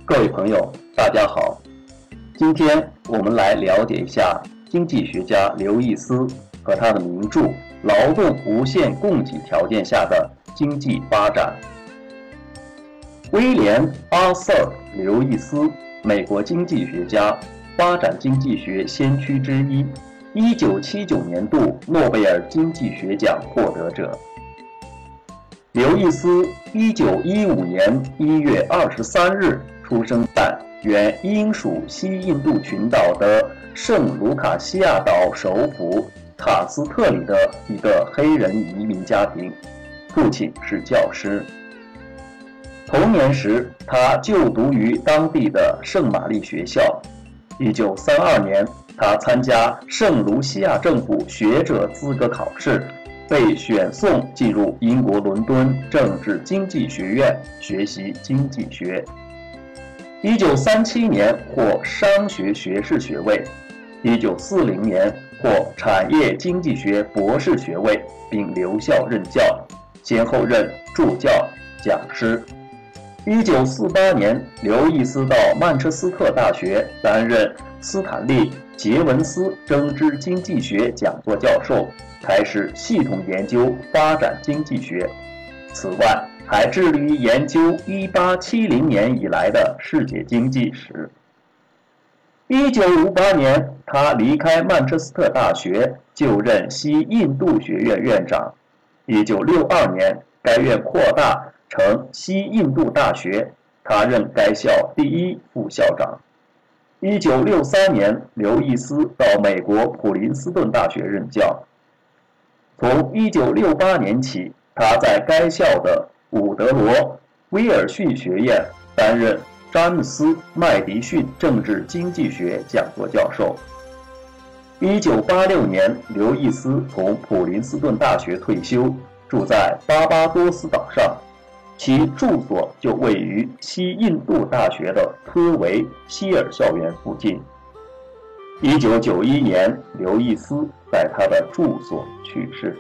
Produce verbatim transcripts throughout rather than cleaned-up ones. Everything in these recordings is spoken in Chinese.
各位朋友，大家好。今天我们来了解一下经济学家刘易斯和他的名著《劳动无限供给条件下的经济发展》。威廉·阿瑟·刘易斯，美国经济学家，发展经济学先驱之一，一九七九年度诺贝尔经济学奖获得者。刘易斯一九一五年一月二十三日出生在原英属西印度群岛的圣卢卡西亚岛首府卡斯特里的一个黑人移民家庭，父亲是教师。童年时，他就读于当地的圣玛丽学校。一九三二年，他参加圣卢西亚政府学者资格考试，被选送进入英国伦敦政治经济学院学习经济学。一九三七年获商学学士学位，一九四零年获产业经济学博士学位，并留校任教，先后任助教、讲师。一九四八年，刘易斯到曼彻斯特大学担任斯坦利·杰文斯政治经济学讲座教授，开始系统研究发展经济学。此外，还致力于研究一八七零年以来的世界经济史。一九五八年，他离开曼彻斯特大学，就任西印度学院院长。一九六二年，该院扩大成西印度大学，他任该校第一副校长。一九六三年，刘易斯到美国普林斯顿大学任教。从一九六八年起，他在该校的伍德罗·威尔逊学院担任詹姆斯·麦迪逊政治经济学讲座教授。一九八六年，刘易斯从普林斯顿大学退休，住在巴巴多斯岛上，其住所就位于西印度大学的科维希尔校园附近。一九九一年，刘易斯在他的住所去世。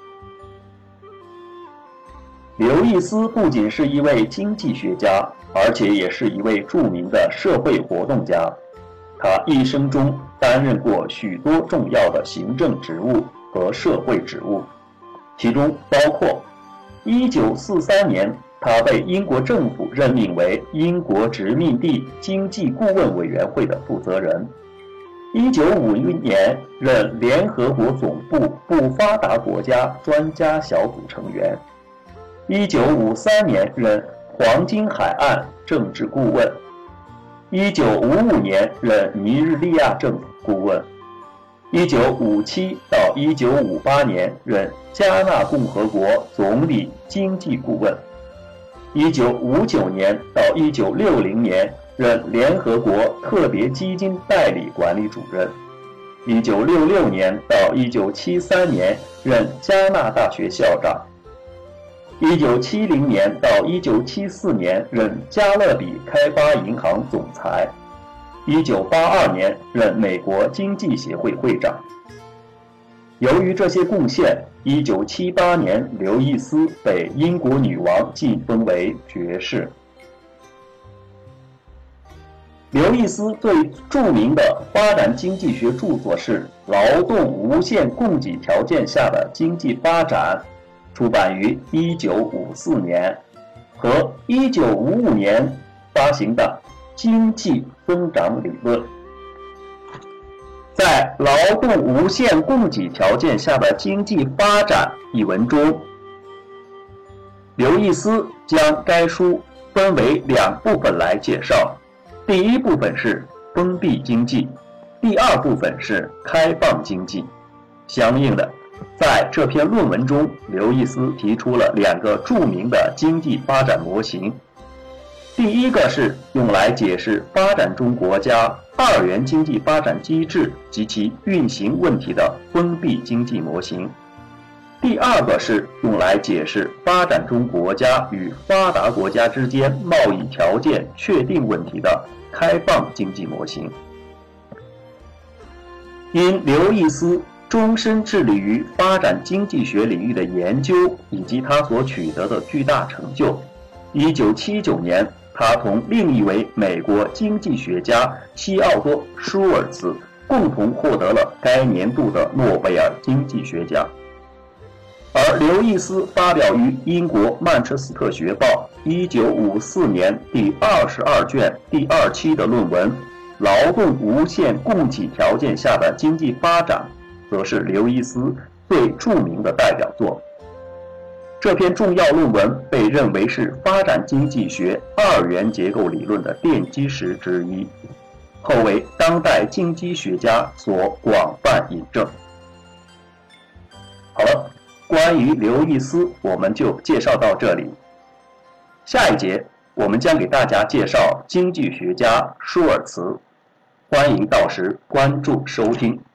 刘易斯不仅是一位经济学家，而且也是一位著名的社会活动家。他一生中担任过许多重要的行政职务和社会职务，其中包括一九四三年他被英国政府任命为英国殖民地经济顾问委员会的负责人。一九五一年任联合国总部不发达国家专家小组成员。一九五三年任黄金海岸政治顾问。一九五五年任尼日利亚政府顾问。一九五七到一九五八年任加纳共和国总理经济顾问。一九五九年到一九六零年任联合国特别基金代理管理主任。一九六六年到一九七三年任加纳大学校长。一九七零年到一九七四年任加勒比开发银行总裁。一九八二年任美国经济协会会长。由于这些贡献，一九七八年刘易斯被英国女王晋封为爵士。刘易斯最著名的发展经济学著作是《劳动无限供给条件下的经济发展》，出版于一九五四年，和一九五五年发行的《经济增长理论》。在《劳动无限供给条件下的经济发展》一文中，刘易斯将该书分为两部分来介绍。第一部分是封闭经济，第二部分是开放经济。相应的，在这篇论文中，刘易斯提出了两个著名的经济发展模型。第一个是用来解释发展中国家二元经济发展机制及其运行问题的封闭经济模型。第二个是用来解释发展中国家与发达国家之间贸易条件确定问题的开放经济模型。因刘易斯终身致力于发展经济学领域的研究以及他所取得的巨大成就，一九七九年他同另一位美国经济学家西奥多·舒尔茨共同获得了该年度的诺贝尔经济学奖。而刘易斯发表于英国《曼彻斯特学报》一九五四年第二十二卷第二期的论文《劳动无限供给条件下的经济发展》，则是刘易斯最著名的代表作。这篇重要论文被认为是发展经济学二元结构理论的奠基石之一，后为当代经济学家所广泛引证。好了，关于刘易斯我们就介绍到这里。下一节我们将给大家介绍经济学家舒尔茨，欢迎到时关注收听。